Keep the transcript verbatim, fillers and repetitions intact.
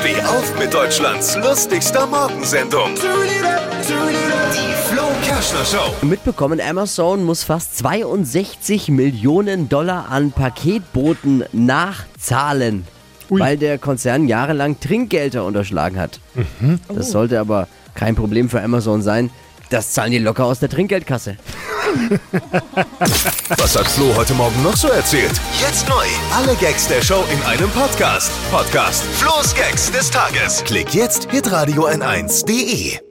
Steh auf mit Deutschlands lustigster Morgensendung. Die Flo Kerschner Show. Mitbekommen, Amazon muss fast zweiundsechzig Millionen Dollar an Paketboten nachzahlen, Ui. weil der Konzern jahrelang Trinkgelder unterschlagen hat. Mhm. Das sollte aber kein Problem für Amazon sein. Das zahlen die locker aus der Trinkgeldkasse. Was hat Flo heute Morgen noch so erzählt? Jetzt neu. Alle Gags der Show in einem Podcast. Podcast Flo's Gags des Tages. Klick jetzt hitradio n eins punkt de.